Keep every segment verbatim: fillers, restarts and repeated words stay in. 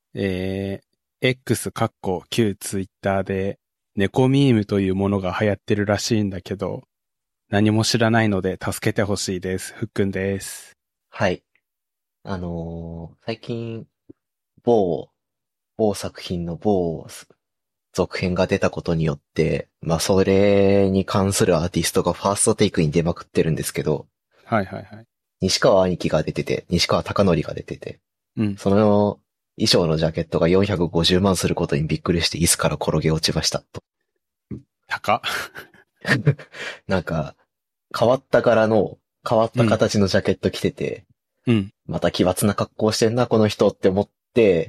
えー、X かっこ旧ツイッターで猫ミームというものが流行ってるらしいんだけど、何も知らないので助けてほしいです。ふっくんです。 はい。あのー最近、某、某作品の某続編が出たことによって、まあ、それに関するアーティストがファーストテイクに出まくってるんですけど、 はいはいはい。 西川兄貴が出てて、西川貴教が出てて、 うん。 その衣装のジャケットがよんひゃくごじゅうまんすることにびっくりして椅子から転げ落ちました。と高っ。 なんか、変わった柄の、変わっうん。 た形のジャケット着てて、 うん。 また奇抜な格好してんな、この人って思って、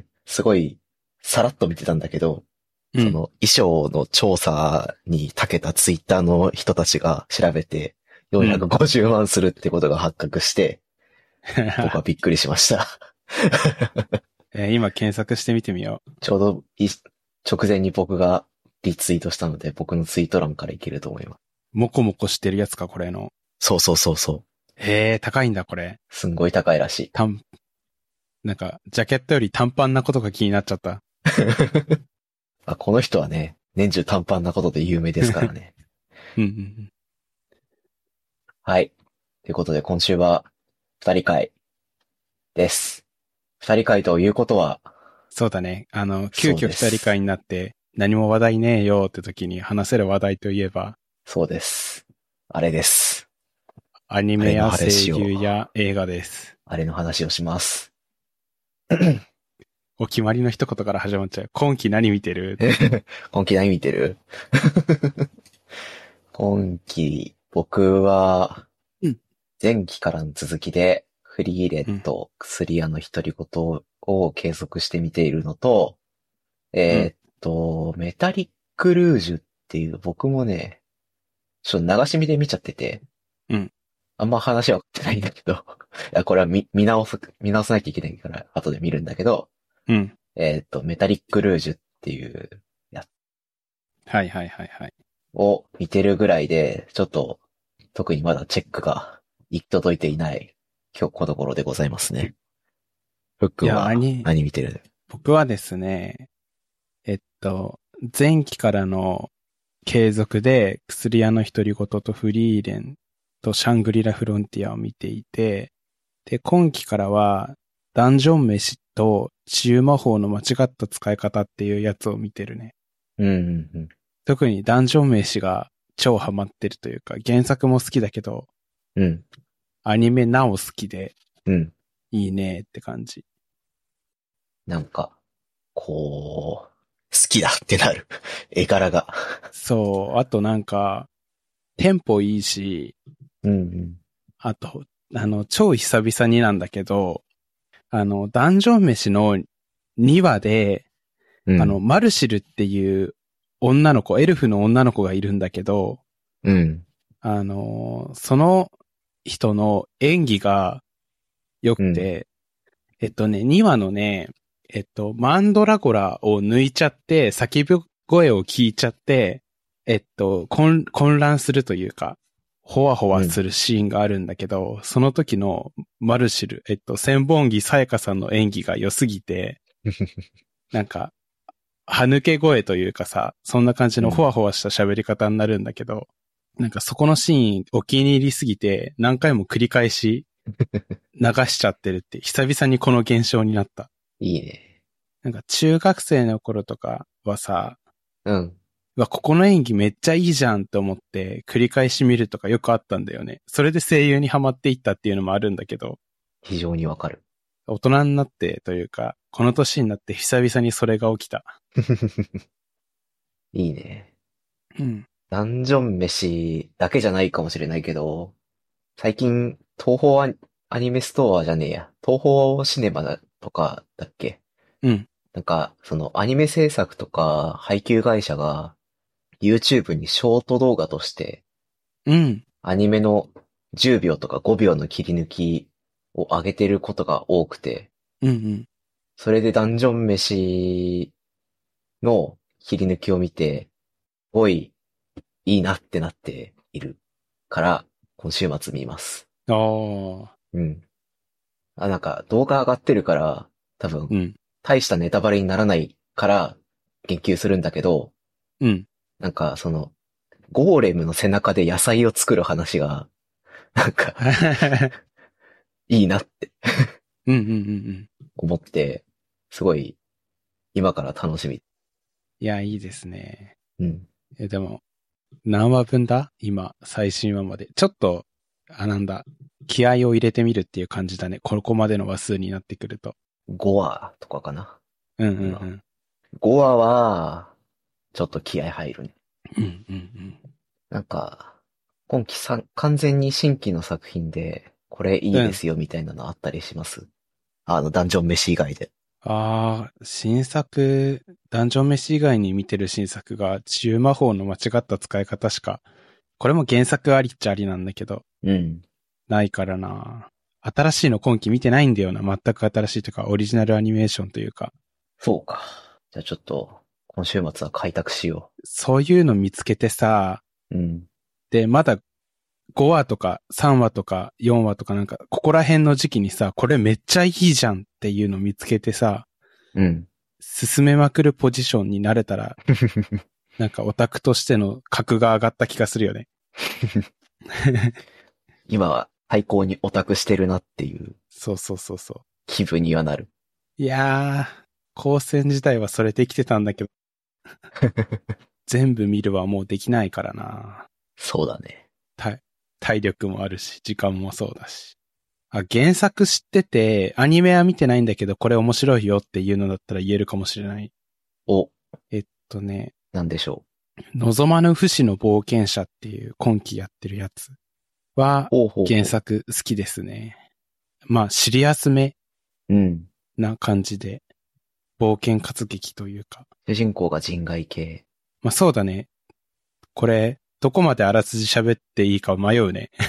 すごい、さらっと見てたんだけど、 うん。 その衣装の調査に長けたツイッターの人たちが調べて、 うん。 よんひゃくごじゅうまんするってことが発覚して、僕はびっくりしました。 えー今検索してみてみよちょうどい直前に僕がリツイートしたので、僕のツイート欄からいけると思います。 う。もこもこしてるやつか、これの。 そうそうそうそう。 へえ、高いんだ、これ。 すんごい高いらしい。 短、なんか、ジャケットより短パンなことが気になっちゃった。 あ、この人はね、年中短パンなことで有名ですからね。 うんうんうん。 はい。ということで今週は二人会です。二人会ということは、 そうだね。あの、急そう遽二人会です。 になって、何も話題ねえよって時に話せる話題といえば、 そうです。あれです。 アニあれのメや声話を、 優や映画です。 あれの話をします。 お決まりの一言から始まっちゃう。今期何見てる？ 今期何見てる？今期、僕は、 うん。 前期からの続きで、フリーレンうん。 と薬屋の独り言を継続して見ているのと、 うん。 えーっと、メタリックルージュっていう、僕もね、ちょっと流し見で見ちゃってて、 うん。 あんま話は分かってないんだけど、いや、これは見、見直す、見直さなきゃいけないから後で見るんだけど、 うん。 えーっと、メタリックルージュっていうやつはいはいはいはい。 を見てるぐらいで、ちょっと、特にまだチェックが行き届いていない今日この頃でございますね。ふっくいや、 んは兄、 何見てる？ 僕はですね、えっと、前期からの継続で、薬屋の独り言とフリーレンとシャングリラフロンティアを見ていて、で、今期からは、ダンジョン飯と治癒魔法の間違った使い方っていうやつを見てるね。 うんうんうん。 特にダンジョン飯が超ハマってるというか、原作も好きだけど、 うん。 アニメなお好きでうん。 いいねって感じ。 なんか、こう、好きだってなる。絵柄が。 そう、あとなんか、テンポいいし、 うんあと、あの、超久々になんだけど、あの、ダンジョン飯のにわで、 うん。うあの、 ん。 マルシルっていう女の子、エルフの女の子がいるんだけど、 うん。 あの、その人の演技が良くうん。 て、えっとね、にわのね、えっと、マンドラゴラを抜いちゃって、叫び声を聞いちゃって、えっと、混混乱するというか、ほわほわうん。 するシーンがあるんだけど、その時のマルシル、えっと、千本木さやかさんの演技が良すぎて、なんか、歯抜け声というかさ、そんな感じうん。 のほわほわした喋り方になるんだけど、なんかそこのシーンお気に入りすぎて、何回も繰り返し流しちゃってるって、久々にこの現象になった。 いいね。 なんか中学生の頃とかはさ、 うん。 うわ、ここの演技めっちゃいいじゃんって思って繰り返し見るとかよくあったんだよね。それで声優にハマっていったっていうのもあるんだけど、 非常にわかる。 大人になってというか、この年になって久々にそれが起きた。 いいね。 うん。 ダンジョン飯だけじゃないかもしれないけど、最近、東宝アアニメストアじゃねえや。東宝シネマだとかだっけ？ うん。 なんか、そのアニメ制作とか配給会社が YouTube にショート動画としてうん。 アニメのじゅうびょうとかごびょうの切り抜きを上げてることが多くて、 うんうん。 それでダンジョン飯の切り抜きを見て、すごいいいなってなっているから、今週末見ます。 ああ。 うん。あ、なんか動画上がってるから、多分、 うん。 大したネタバレにならないから言及するんだけど、 うん。 なんかその、ゴーレムの背中で野菜を作る話が、なんか、いいなってうんうんうんうん。 思って、すごい、今から楽しみ。 いや、いいですね。 うん。 え、でも、何話分だ今、最新話まで。ちょっと、あ、なんだ、気合を入れてみるっていう感じだね。ここまでの話数になってくると。 ごわとかかな。 うんうんうん。 ごわは、ちょっと気合入るね。 うんうんうん。 なんか、今期さん完全に新規の作品で、これいいですよみたいなのあったりします？あの、ダンジョン飯以外で。 ああ、新作、ダンジョン飯以外に見てる新作が、治癒魔法の間違った使い方しか、これも原作ありっちゃありなんだけど、 うん。 ないからな。新しいの今期見てないんだよな。全く新しいというか、オリジナルアニメーションというか。 そうか。じゃあちょっと、今週末は開拓しよそういうの見つけてさ、 う。うん。 で、まだごわとかさんわとかよんわとかなんか、ここら辺の時期にさ、これめっちゃいいじゃんっていうの見つけてさ、 うん。 進めまくるポジションになれたら、なんかオタクとしての格が上がった気がするよね。 今は最高にオタクしてるなっていうそうそうそうそ気分にはなる。 う。いやー、高専時代はそれできてたんだけど、全部見るはもうできないからな。 そうだね。 体、体力もあるし、時間もそうだし。あ、原作知ってて、アニメは見てないんだけど、これ面白いよっていうのだったら言えるかもしれない。 お、 えっとね、 なんでしょ望まぬ不死の冒険者っていう今期やってるやつはう。ほうほうほう。 原作好きですね。まあ、シリアスめうん。 な感じで、冒険活劇というか。 主人公が人外系。 まあそうだね。これ、どこまであらすじ喋っていいか迷うね。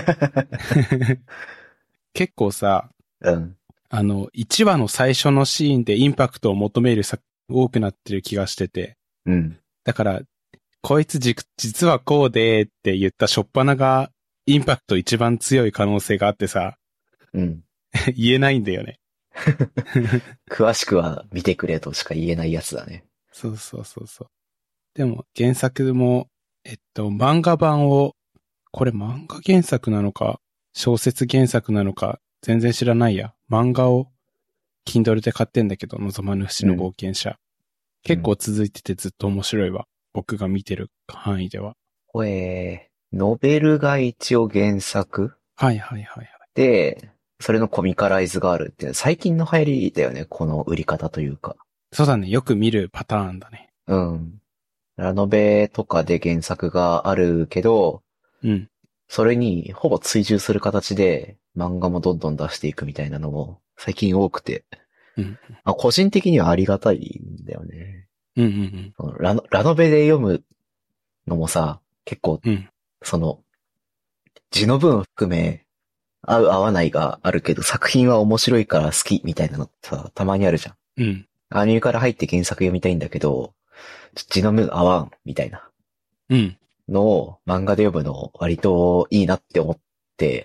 結構さ、 うん。 あの、いちわの最初のシーンでインパクトを求める作多くなってる気がしてて。 うん。 だから、こいつじ実はこうでって言った初っ端がインパクト一番強い可能性があってさ、 うん。 言えないんだよね。 詳しくは見てくれとしか言えないやつだね。 そうそうそうそう。でも原作も、えっと、漫画版を、これ漫画原作なのか、小説原作なのか、全然知らないや。漫画を Kindle で買ってんだけど、望まぬ不死の冒険者。結構続いててずっと面白いわ。僕が見てる範囲では。 これ、ノベルが一応原作はいはいはいはい。 で、それのコミカライズがあるって最近の流行りだよね、この売り方というか。 そうだね。よく見るパターンだね。 うん。ラノベとかで原作があるけど、 うん。 それにほぼ追従する形で漫画もどんどん出していくみたいなのも最近多くて。 うん。 あ、個人的にはありがたいんだよね。 うんうんそのラノ、ラノベで読むのもさ、結構、 うん。うん。 その、字の文含め、合う合わないがあるけど、作品は面白いから好きみたいなのってさ、たまにあるじゃん。 うん。 アニメから入って原作読みたいんだけど、字の文合わん、みたいなうん。 のを漫画で読むの割といいなって思って、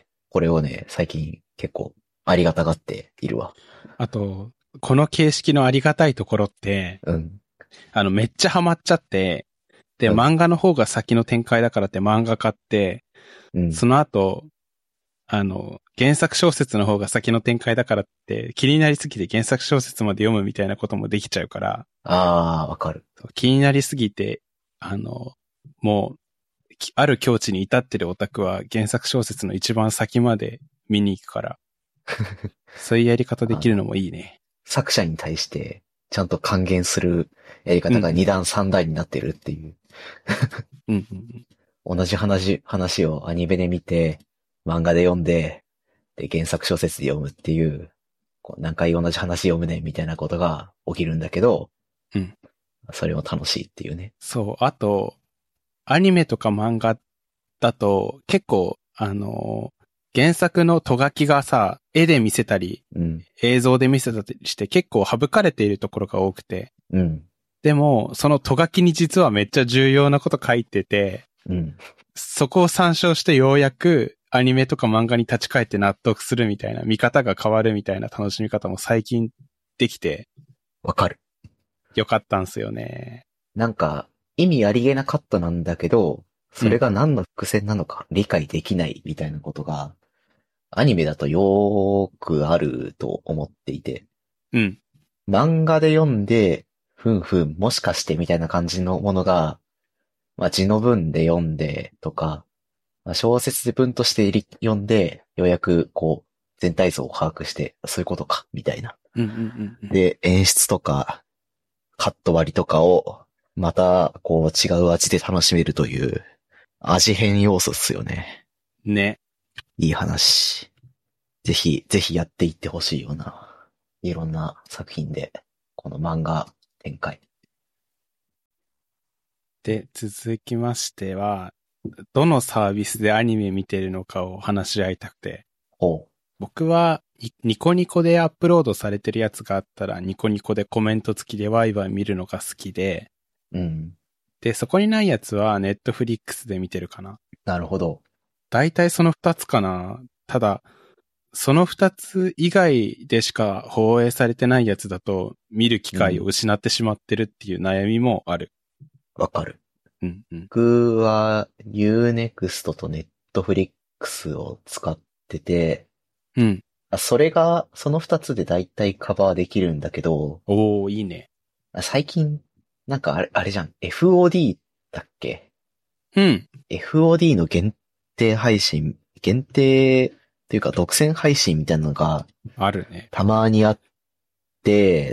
これをね、最近結構ありがたがっているわ。 あと、この形式のありがたいところって、 うん。 あの、めっちゃハマっちゃって、で、 うん漫画の方が先の展開だからって漫画買って、 うん。 その後、あの、原作小説の方が先の展開だからって気になりすぎて原作小説まで読むみたいなこともできちゃうから、 あー、わかる。 気になりすぎて、あの、もう、きある境地に至ってるオタクは原作小説の一番先まで見に行くから、そういうやり方できるのもいいね。 作者に対してちゃんと還元するやり方がに段さん段になってるっていう。 うんうんうん。 同じ話、話をアニメで見て、漫画で読んで、で、原作小説で読むっていう、こう何回同じ話読むね、みたいなことが起きるんだけど、 うん。 それも楽しいっていうね。 そう、あと、アニメとか漫画だと結構、あの、原作のト書きがさ、絵で見せたり、 うん。 映像で見せたりして結構省かれているところが多くて。 うん。 でも、そのト書きに実はめっちゃ重要なこと書いてて、 うん。 そこを参照してようやくアニメとか漫画に立ち返って納得するみたいな、見方が変わるみたいな楽しみ方も最近できて、 わかる。 よかったんすよね。 なんか、意味ありげなカットなんだけど、それが何の伏線なのか理解できないみたいなことが、アニメだとよーくあると思っていて、 うん。 漫画で読んで、ふんふん、もしかしてみたいな感じのものが、まあ字の文で読んでとか、まあ、小説で文としてり読んで、ようやくこう、全体像を把握して、そういうことか、みたいな。 うんうんうんうん。 で、演出とか、カット割りとかを、また、こう、違う味で楽しめるという、味変要素っすよね。 ね。 いい話。ぜひ、ぜひやっていってほしいような、いろんな作品で、この漫画展開。 で、続きましては、どのサービスでアニメ見てるのかを話し合いたくて。 ほ僕は、ニコニコでアップロードされてるやつがあったら、ニコニコでコメント付きでワイワイ見るのが好きで、 う。うん。 で、そこにないやつはネットフリックスで見てるかな。 なるほど。 だいたいその二つかな。ただ、その二つ以外でしか放映されてないやつだと、見る機会を失ってしまってるっていう悩みもある。 わかる。 うんうん。 僕は ユーネクスト と Netflix を使ってて、 うん。 あそれが、その二つで大体カバーできるんだけど、 おー、いいね。 最近、なんかあれ、あれじゃん、エフオーディー だっけ？ うん。 エフオーディー の限定配信、限定っていうか独占配信みたいなのがあるね。 たまにあって、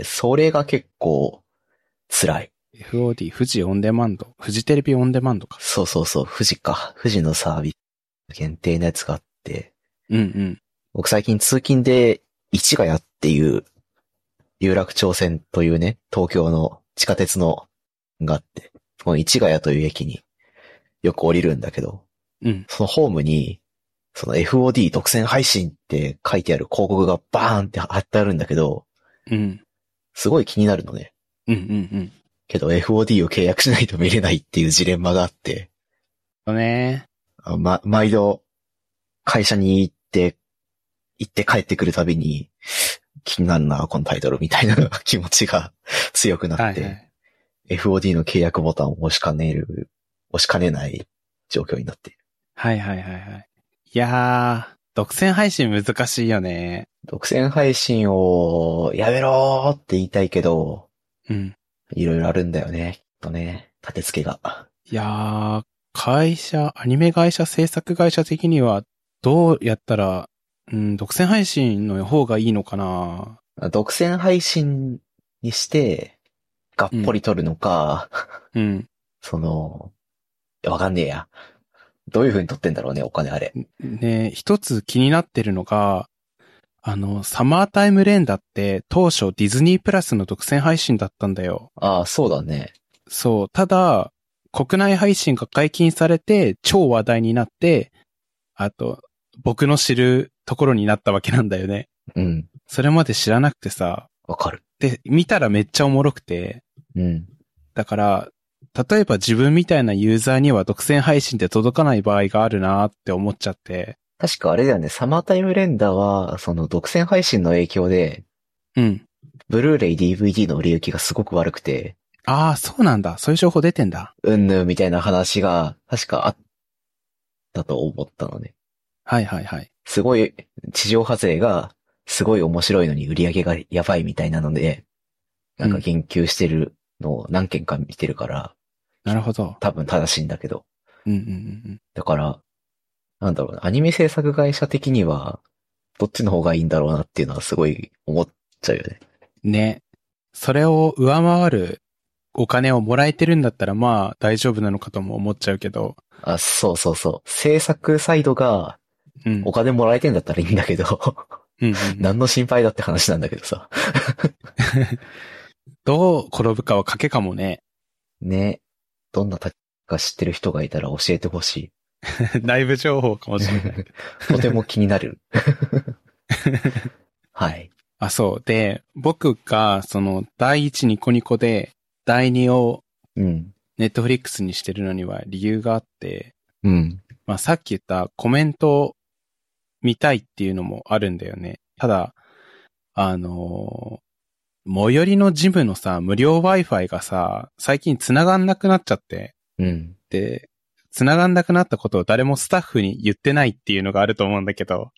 それが結構辛い。 エフオーディー、富士オンデマンド。富士テレビオンデマンドか。 そうそうそう、富士か。富士のサービス限定のやつがあって、 うんうん。 僕最近通勤で市ヶ谷っていう有楽町線というね、東京の地下鉄のがあって、この市ヶ谷という駅によく降りるんだけど、 うん。 そのホームに、その エフオーディー 独占配信って書いてある広告がバーンって貼ってあるんだけど、 うん。 すごい気になるのね。 うんうんうん。 けど エフオーディー を契約しないと見れないっていうジレンマがあって、 そうね。 ま、毎度会社に行って、行って帰ってくるたびに気になるな、このタイトルみたいな気持ちが強くなって、 はいはい。 エフオーディー の契約ボタンを押しかねる、押しかねない状況になっている。 はいはいはいはい。いやー、独占配信難しいよね。 独占配信をやめろーって言いたいけど、 うん。 いろいろあるんだよね、きっとね。立て付けが。 いやー、会社、アニメ会社、制作会社的には、どうやったら、うん、独占配信の方がいいのかな。 独占配信にして、がっぽり取るのか、 うん。 その、わかんねえや。どういう風に取ってんだろうね、お金あれ。 ね、一つ気になってるのが、あの、サマータイム連打って当初ディズニープラスの独占配信だったんだよ。 ああ、そうだね。 そう。ただ、国内配信が解禁されて超話題になって、あと、僕の知るところになったわけなんだよね。 うん。 それまで知らなくてさ。 わかる。 で、見たらめっちゃおもろくて。 うん。 だから、例えば自分みたいなユーザーには独占配信で届かない場合があるなって思っちゃって。 確かあれだよね、サマータイムレンダーは、その独占配信の影響で、 うん。 ブルーレイ ディーブイディー の売れ行きがすごく悪くて、 ああ、そうなんだ。そういう情報出てんだ。 うんぬんみたいな話が、確かあったと思ったのね。 はいはいはい。 すごい、地上波勢が、すごい面白いのに売り上げがやばいみたいなので、なんか言及してるのを何件か見てるから、 なるほど。 多分正しいんだけど。 うんうんうんうん。 だから、なんだろうな、アニメ制作会社的には、どっちの方がいいんだろうなっていうのはすごい思っちゃうよね。 ね。それを上回るお金をもらえてるんだったらまあ大丈夫なのかとも思っちゃうけど。 あ、そうそうそう。制作サイドがうん。 お金もらえてんだったらいいんだけど、 うんうんうん、 何の心配だって話なんだけどさ。 どう転ぶかは賭けかもね。 ね。どんな立場知ってる人がいたら教えてほしい。 内部情報かもしれない。 とても気になる。はい。 あ、そう。で、僕がその第一ニコニコで第二をうん。 ネットフリックスにしてるのには理由があって、 うん。 まあさっき言ったコメント見たいっていうのもあるんだよね。ただ、あの最寄りのジムのさ、無料 Wi-Fi がさ、最近繋がんなくなっちゃって。 うん。 で、繋がんなくなったことを誰もスタッフに言ってないっていうのがあると思うんだけど。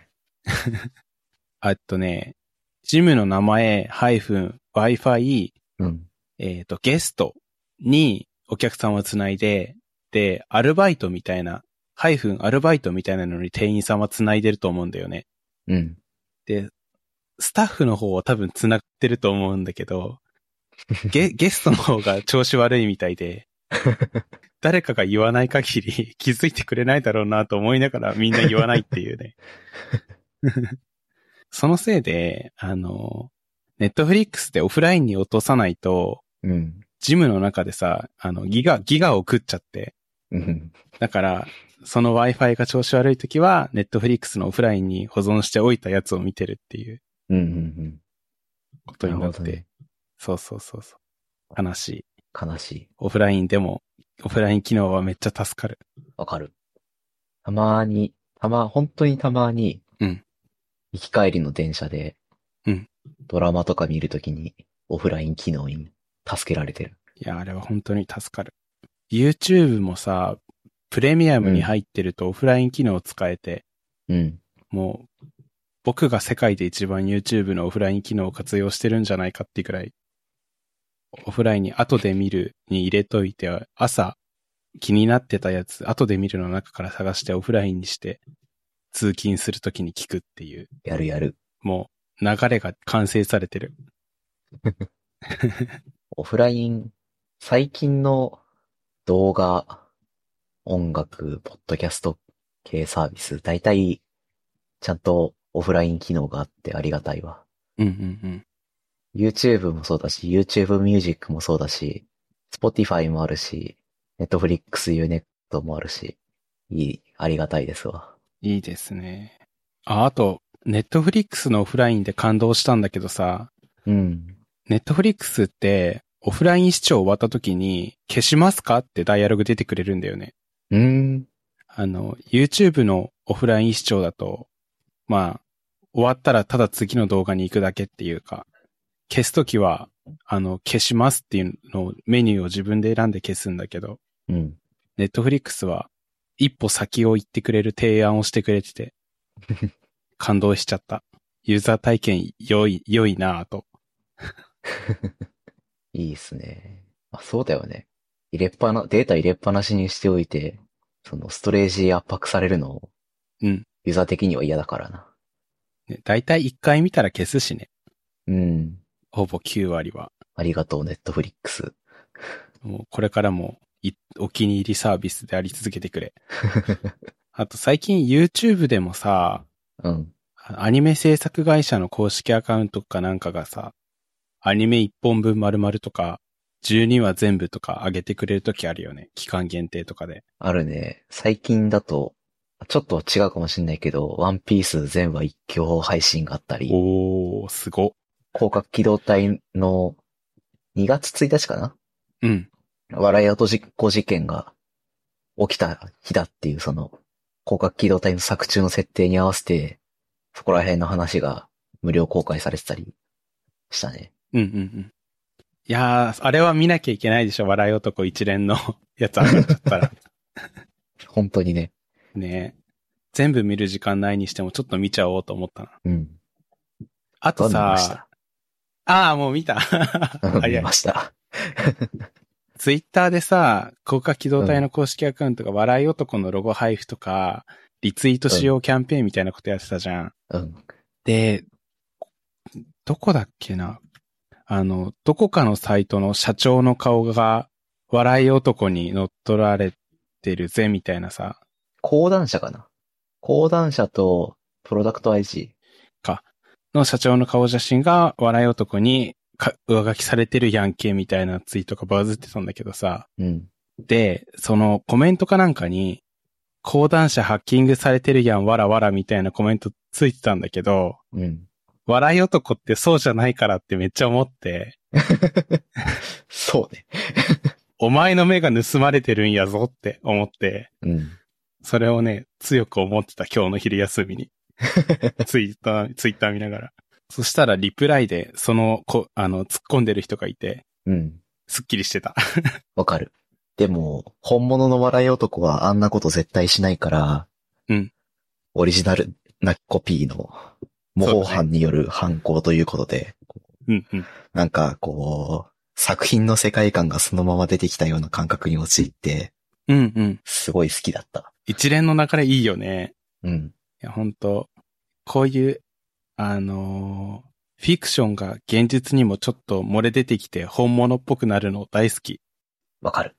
あとね、ジムの名前、ハイフン、Wi-Fi、 うん。 えっと、ゲストにお客さんをつないで、で、アルバイトみたいな、ハイフン、アルバイトみたいなのに店員さんはつないでると思うんだよね。 うん。 で、スタッフの方は多分つながってると思うんだけど、ゲ、ゲストの方が調子悪いみたいで、誰かが言わない限り気づいてくれないだろうなと思いながらみんな言わないっていうね。そのせいで、あの、ネットフリックスでオフラインに落とさないと、 うん。 ジムの中でさ、あの、ギガ、ギガを食っちゃって。 うん。 だから、その Wi-Fi が調子悪いときは、ネットフリックスのオフラインに保存しておいたやつを見てるっていう。 うん。うん。 ことになって。 ね、 そうそうそうそう。悲しい。 悲しい。 オフラインでも、オフライン機能はめっちゃ助かる。 わかる。たまに、たま、本当にたまに、 うん。 行き帰りの電車で、 うん。 ドラマとか見るときに、オフライン機能に助けられてる。 いや、あれは本当に助かる。YouTube もさ、プレミアムに入ってるとオフライン機能を使えて、 うん。 もう、僕が世界で一番 YouTube のオフライン機能を活用してるんじゃないかっていうくらい、オフラインに後で見るに入れといて、朝気になってたやつ、後で見るの中から探してオフラインにして、通勤するときに聞くっていう。 やるやる。 もう、流れが完成されてる。 オフライン、最近の動画、音楽、ポッドキャスト系サービス、だいたいちゃんとオフライン機能があってありがたいわ。 うんうんうん。 YouTube もそうだし、YouTube Music もそうだし、Spotify もあるし、Netflix Unet もあるし、いい、ありがたいですわ。 いいですね。あ、あと、Netflix のオフラインで感動したんだけどさ、 うん。 Netflix ってオフライン視聴終わった時に消しますかってダイアログ出てくれるんだよね。 うーん。 あの、YouTube のオフライン視聴だと、まあ、終わったらただ次の動画に行くだけっていうか、消すときは、あの、消しますっていうのを、メニューを自分で選んで消すんだけど、 うん。 ネットフリックスは、一歩先を行ってくれる提案をしてくれてて、感動しちゃった。ユーザー体験良い、良いなぁと。 いいっすね。あ、そうだよね。入れっぱな、データ入れっぱなしにしておいて、そのストレージ圧迫されるのを、 うん。 ユーザー的には嫌だからな。 ね、だいたい一回見たら消すしね。 うん。 ほぼきゅう割は。 ありがとう、ネットフリックス。 もうこれからもいお気に入りサービスであり続けてくれ。あと最近 YouTube でもさ、 うん。 アニメ制作会社の公式アカウントかなんかがさ、アニメいっぽんぶん丸々とか、じゅうにわ全部とか上げてくれるときあるよね。期間限定とかで。 あるね。最近だと、ちょっと違うかもしんないけど、ワンピース全話一挙配信があったり、 おー、すご。 広角機動隊のにがつついたちかな、 うん。 笑い落としっこ事件が起きた日だっていうその、広角機動隊の作中の設定に合わせて、そこら辺の話が無料公開されてたりしたね。 うんうんうん。いやー、あれは見なきゃいけないでしょ。笑い男一連のやつ上がっちゃったら。 本当にね。 ねえ。全部見る時間ないにしてもちょっと見ちゃおうと思ったな。 うん。 あと見ましさ、 た。 ああ、もう見た。 見早いました。 ツイッターでさ、広角機動隊の公式アカウントが笑い男のロゴ配布とか、リツイートしようキャンペーンみたいなことやってたじゃん。 うん。 で、どこだっけな。あの、どこかのサイトの社長の顔が笑い男に乗っ取られてるぜみたいなさ。 講談社かな。講談社とプロダクト アイジーか。の社長の顔写真が笑い男にか上書きされてるやんけみたいなツイートがバズってたんだけどさ。 うん。 で、そのコメントかなんかに、講談社ハッキングされてるやんわらわらみたいなコメントついてたんだけど、 うん。 笑い男ってそうじゃないからってめっちゃ思って。 そうね。 お前の目が盗まれてるんやぞって思って。 うん。 それをね、強く思ってた今日の昼休みに。ツイッター、ツイッター見ながら。 そしたらリプライで、その、こ、あの、突っ込んでる人がいて、 うん。 すっきりしてた。 わかる。でも、本物の笑い男はあんなこと絶対しないから、 うん。 オリジナルなコピーの模倣犯による犯行ということで、 うんうん。 なんかこう、作品の世界観がそのまま出てきたような感覚に陥って、 うんうん。 すごい好きだった。 一連の流れいいよね。 うん。 いや、ほんと、こういう、あのーフィクションが現実にもちょっと漏れ出てきて本物っぽくなるの大好き。 わかる。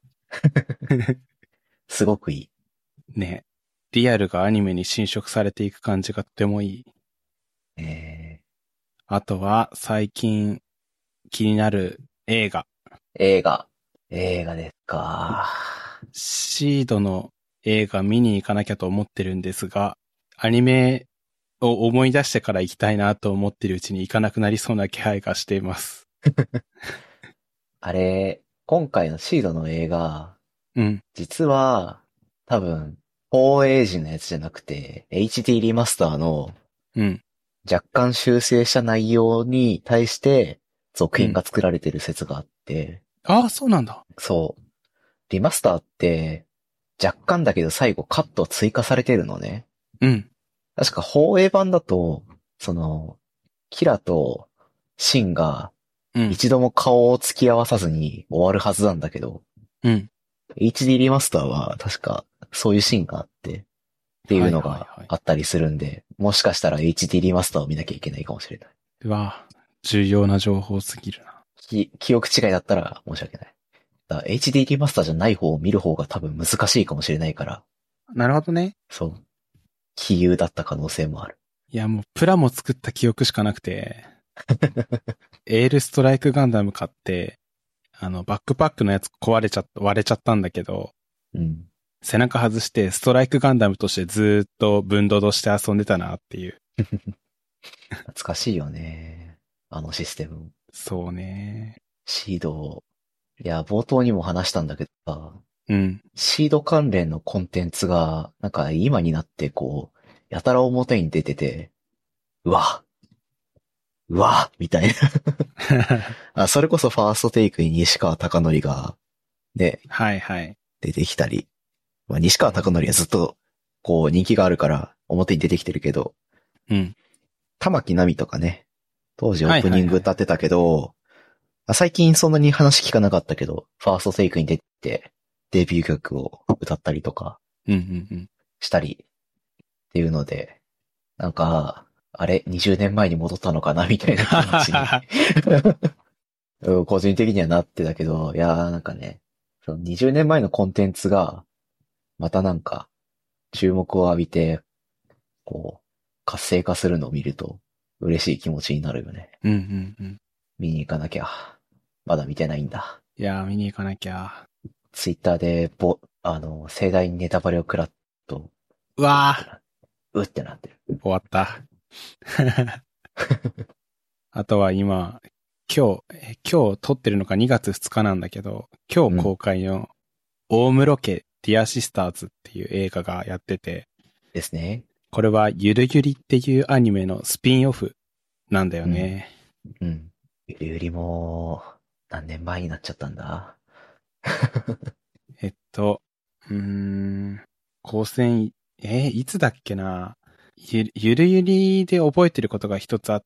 すごくいい。 ね。リアルがアニメに侵食されていく感じがとてもいい。 えあとは、最近気になる映画。 ー、映画。映画ですか。 シードの映画見に行かなきゃと思ってるんですが、アニメを思い出してから行きたいなと思ってるうちに行かなくなりそうな気配がしています。 あれ、今回のシードの映画、 うん。 実は、多分、フォーエージのやつじゃなくて、エイチディー リマスターのうん。 若干修正した内容に対して続編が作られてる説があって、 ああ、そうなんだ。 そう。リマスターって若干だけど最後カット追加されてるのね。 うん。 確か放映版だと、その、キラとシンがうん。 一度も顔を突き合わさずに終わるはずなんだけど、 うん。 エイチディー リマスターは確かそういうシーンがあって、っていうのはいはいがはいあったりするんで、もしかしたら エイチディー リマスターを見なきゃいけないかもしれない。 うわ、重要な情報すぎるな。 き記憶違いだったら申し訳ない。だから エイチディー リマスターじゃない方を見る方が多分難しいかもしれないから、 なるほどね。 そう。杞憂だった可能性もある。 いや、もうプラモ作った記憶しかなくて、エールストライクガンダム買って、あの、バックパックのやつ壊れちゃった、割れちゃったんだけど、 うん。 背中外してストライクガンダムとしてずーっと分ドドして遊んでたなっていう。 懐かしいよね。あのシステム。 そうね。 シード。いや、冒頭にも話したんだけどさ、 うん。 シード関連のコンテンツが、なんか今になってこう、やたら表に出てて、うわうわみたいな。あ、それこそファーストテイクに西川貴教が、ね、 はいはい。 出てきたり。まあ、西川貴教はずっと、こう、人気があるから表に出てきてるけど、 うん。 玉木奈美とかね、当時オはいはいはいープニング歌ってたけど、あ最近そんなに話聞かなかったけど、ファーストテイクに出て、デビュー曲を歌ったりとかうんうんうん。 したりっていうので、なんか、あれ、にじゅうねんまえに戻ったのかなみたいな気持ちにうん個人的にはなってたけど、いやーなんかね、そのにじゅうねんまえのコンテンツが、またなんか、注目を浴びて、こう、活性化するのを見ると、嬉しい気持ちになるよね。 うんうんうん。 見に行かなきゃ。まだ見てないんだ。 いやー、見に行かなきゃ。 ツイッターで、ぼ、あの、盛大にネタバレを食らっと、 うわうってなってる。 ー、終わった。あとは今、今日、え今日撮ってるのがにがつふつかなんだけど、今日公開の大室家ディアシスターズっていう映画がやってて、 ですね。 これはゆるゆりっていうアニメのスピンオフなんだよね。 うん。ゆりゆりも、何年前になっちゃったんだ。 えっと、うーん、高専、えーいつだっけな。ゆゆるゆりで覚えてることが一つあって、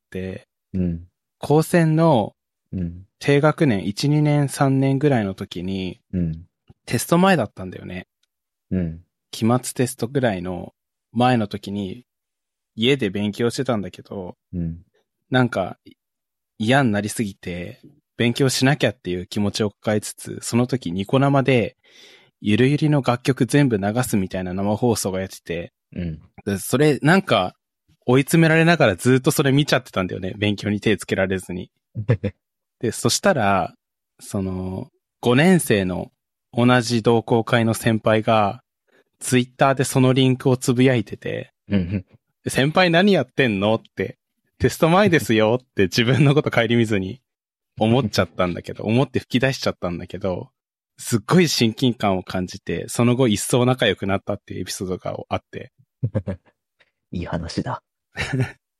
うん。 高専のうん。 低学年いち、にねん、さんねんぐらいの時にうん。 テスト前だったんだよね。 うん。 期末テストぐらいの前の時に家で勉強してたんだけど、 うん。 なんか嫌になりすぎて勉強しなきゃっていう気持ちを抱えつつ、その時ニコ生でゆるゆりの楽曲全部流すみたいな生放送がやってて、 うん。 でそれなんか追い詰められながらずっとそれ見ちゃってたんだよね。勉強に手つけられずに。で、そしたら、その、ごねん生の同じ同好会の先輩が、ツイッターでそのリンクをつぶやいてて、 うん。 先輩何やってんのって、テスト前ですよって自分のこと顧みずに思っちゃったんだけど、思って吹き出しちゃったんだけど、すっごい親近感を感じて、その後一層仲良くなったっていうエピソードがあって。 いい話だ。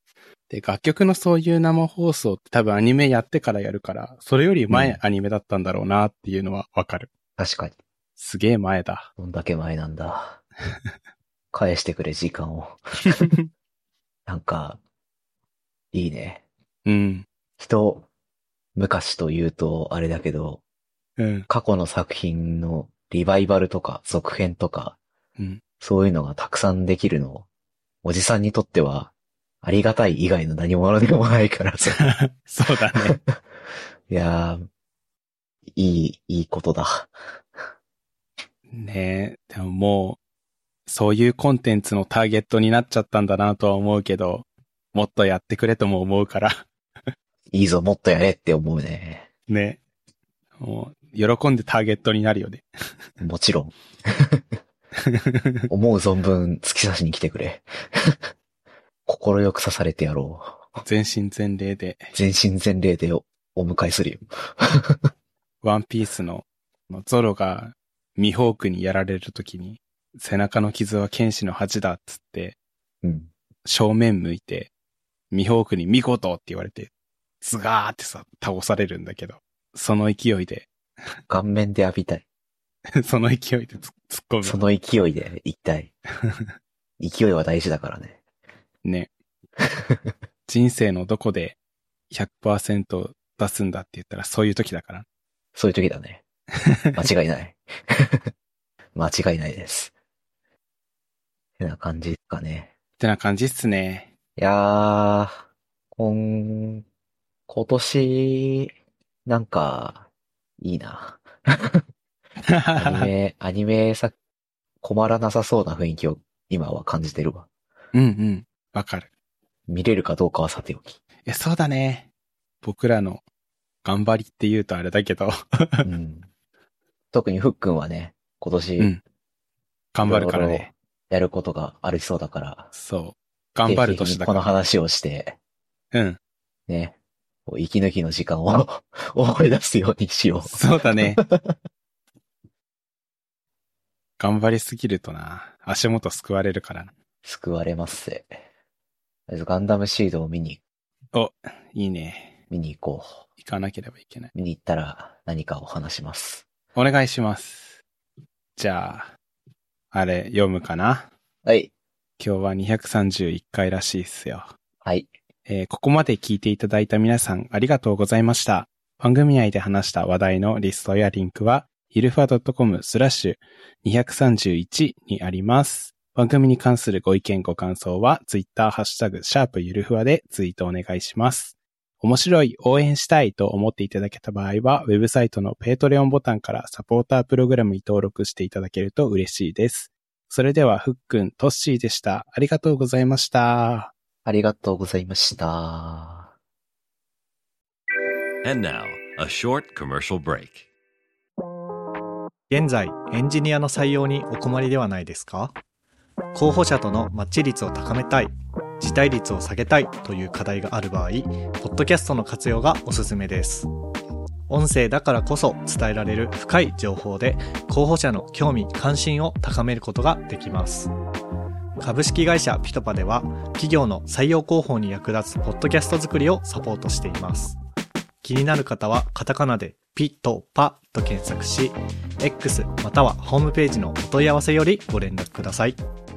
で、楽曲のそういう生放送って多分アニメやってからやるから、それより前アニメだったんだろうなっていうのはわかる。 確かに。 すげえ前だ。 どんだけ前なんだ。返してくれ、時間を。なんか、いいね。 うん。 人、昔と言うとあれだけど、 うん。 過去の作品のリバイバルとか続編とか、 うん。 そういうのがたくさんできるの、おじさんにとっては、ありがたい以外の何者でもないからさ。 そうだね。 いやー、いい、いいことだ。 ねえ、でももう、そういうコンテンツのターゲットになっちゃったんだなとは思うけど、もっとやってくれとも思うから。 いいぞ、もっとやれって思うね。 ね。もう、喜んでターゲットになるよね。 もちろん。思う存分突き刺しに来てくれ。心よく刺されてやろう。 全身全霊で。 全身全霊で お, お迎えするよ。 ワンピースのゾロがミホークにやられるときに、背中の傷は剣士の恥だっつって、 うん、 正面向いて、ミホークに見事って言われて、ズガーってさ、倒されるんだけど、その勢いで。 顔面で浴びたい。 その勢いで突っ込む。 その勢いで言いたい。勢いは大事だからね。 ね。人生のどこで ひゃくパーセント 出すんだって言ったらそういう時だから。 そういう時だね。間違いない。間違いないです。ってな感じですかね。 ってな感じっすね。 いやー、今、今年、なんか、いいな。アニメ、アニメさ、困らなさそうな雰囲気を今は感じてるわ。 うんうん。わかる。 見れるかどうかはさておき。 いや、そうだね。僕らの頑張りって言うとあれだけど。 うん、特にふっくんはね、今年、 うん。頑張るからね。 やることがありそうだから。 そう。頑張る年だから。 この話をして。 うん。 ね。息抜きの時間を思い出すようにしよう。 そうだね。頑張りすぎるとな、足元救われるからな。 救われますぜ。とりあえずガンダムシードを見に。 お、いいね。 見に行こう。 行かなければいけない。 見に行ったら何かを話します。 お願いします。じゃあ、あれ読むかな？ はい。 今日はにひゃくさんじゅういっかいらしいっすよ。 はい。 えー、ここまで聞いていただいた皆さんありがとうございました。番組内で話した話題のリストやリンクは、ゆるふわ .com スラッシュにひゃくさんじゅういちにあります。番組に関するご意見ご感想は、ツイッターハッシュタグ、シャープゆるふわでツイートお願いします。面白い、応援したいと思っていただけた場合は、ウェブサイトのペイトレオンボタンからサポータープログラムに登録していただけると嬉しいです。それでは、ふっくん、トッシーでした。ありがとうございました。 ありがとうございました。 And now, a short commercial break. 現在、エンジニアの採用にお困りではないですか？候補者とのマッチ率を高めたい、辞退率を下げたいという課題がある場合、ポッドキャストの活用がおすすめです。音声だからこそ伝えられる深い情報で、候補者の興味・関心を高めることができます。株式会社ピトパでは、企業の採用広報に役立つポッドキャスト作りをサポートしています。気になる方はカタカナでピトパと検索し、X またはホームページのお問い合わせよりご連絡ください。